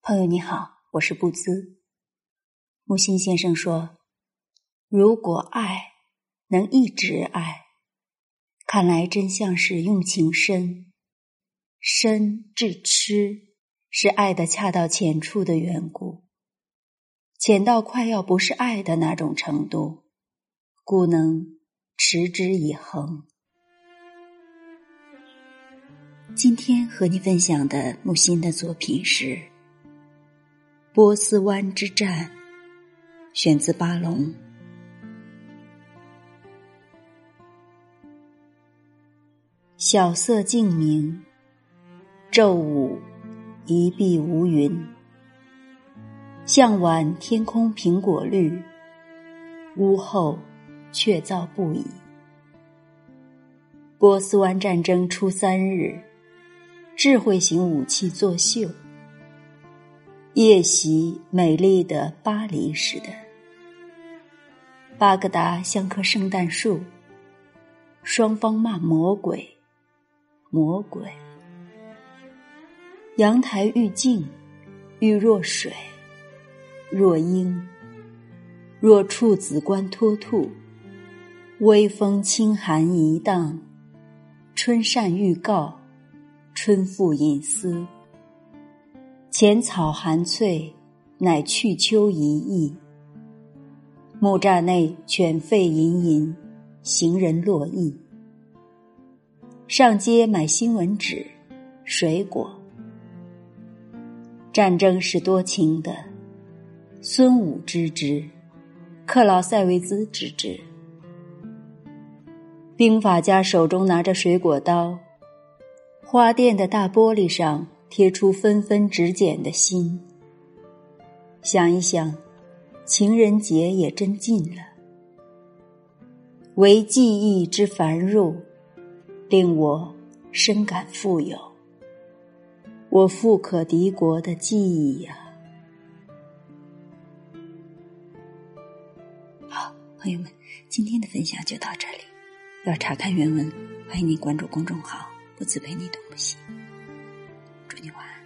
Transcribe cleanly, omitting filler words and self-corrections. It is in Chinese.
朋友你好，我是布兹。木心先生说，如果爱能一直爱，看来真像是用情深，深至痴，是爱的恰到浅处的缘故，浅到快要不是爱的那种程度，故能持之以恒。今天和你分享的木心的作品是波斯湾之战，选自巴龙。晓色静明，昼午一碧无云。向晚天空苹果绿，屋后雀噪不已。波斯湾战争初3日，智慧型武器作秀，夜袭美丽的巴黎似的。巴格达像棵圣诞树，双方骂魔鬼，魔鬼。阳台愈静，愈若水，若鹰，若处子观脱兔。微风轻寒一荡，春扇预告，春复隐私。浅草含翠，乃去秋一役。木栅内犬吠吟吟，行人络绎。上街买新闻纸、水果。战争是多情的，孙武知之，克劳塞维兹知之。兵法家手中拿着水果刀，花店的大玻璃上贴出纷纷指剪的心。想一想，情人节也真近了。唯记忆之繁缛，令我深感富有。我富可敌国的记忆呀。好，朋友们，今天的分享就到这里。要查看原文，欢迎你关注公众号“不自陪你懂不行”。祝你晚安。